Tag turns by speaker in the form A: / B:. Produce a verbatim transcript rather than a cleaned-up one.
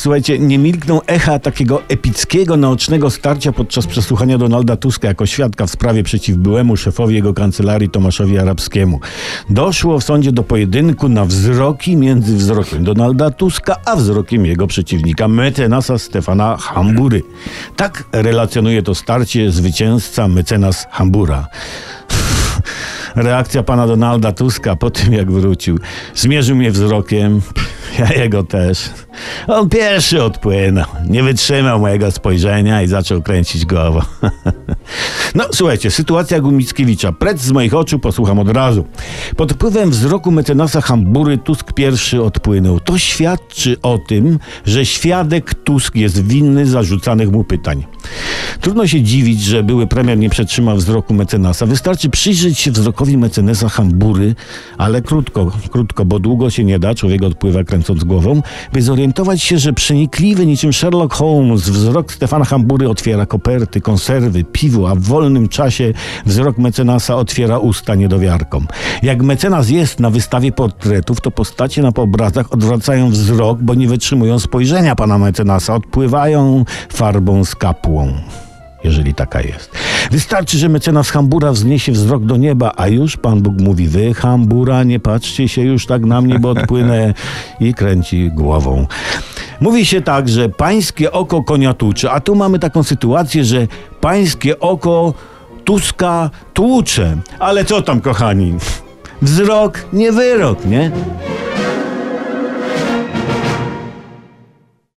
A: Słuchajcie, nie milkną echa takiego epickiego, naocznego starcia podczas przesłuchania Donalda Tuska jako świadka w sprawie przeciw byłemu szefowi jego kancelarii Tomaszowi Arabskiemu. Doszło w sądzie do pojedynku na wzroki między wzrokiem Donalda Tuska a wzrokiem jego przeciwnika, mecenasa Stefana Hambury. Tak relacjonuje to starcie zwycięzca mecenas Hambura. Reakcja pana Donalda Tuska po tym, jak wrócił. Zmierzył mnie wzrokiem, ja jego też. On pierwszy odpłynął. Nie wytrzymał mojego spojrzenia i zaczął kręcić głową. No słuchajcie, sytuacja Mickiewicza. Precz z moich oczu, posłucham od razu. Pod wpływem wzroku mecenasa Hambury Tusk pierwszy odpłynął. To świadczy o tym, że świadek Tusk jest winny zarzucanych mu pytań. Trudno się dziwić, że były premier nie przetrzymał wzroku mecenasa. Wystarczy przyjrzeć się wzrokowi mecenasa Hambury, ale krótko, krótko, bo długo się nie da, człowiek odpływa kręcąc głową, by zorientować się, że przenikliwy niczym Sherlock Holmes wzrok Stefana Hambury otwiera koperty, konserwy, piwo, a w wolnym czasie wzrok mecenasa otwiera usta niedowiarkom. Jak mecenas jest na wystawie portretów, to postacie na obrazach odwracają wzrok, bo nie wytrzymują spojrzenia pana mecenasa, odpływają farbą z kapłą. Jeżeli taka jest. Wystarczy, że mecenas Hambura wzniesie wzrok do nieba, a już Pan Bóg mówi: wy, Hambura, nie patrzcie się już tak na mnie, bo odpłynę, i kręci głową. Mówi się tak, że pańskie oko konia tłucze, a tu mamy taką sytuację, że pańskie oko Tuska tłucze. Ale co tam, kochani? Wzrok, nie wyrok, nie?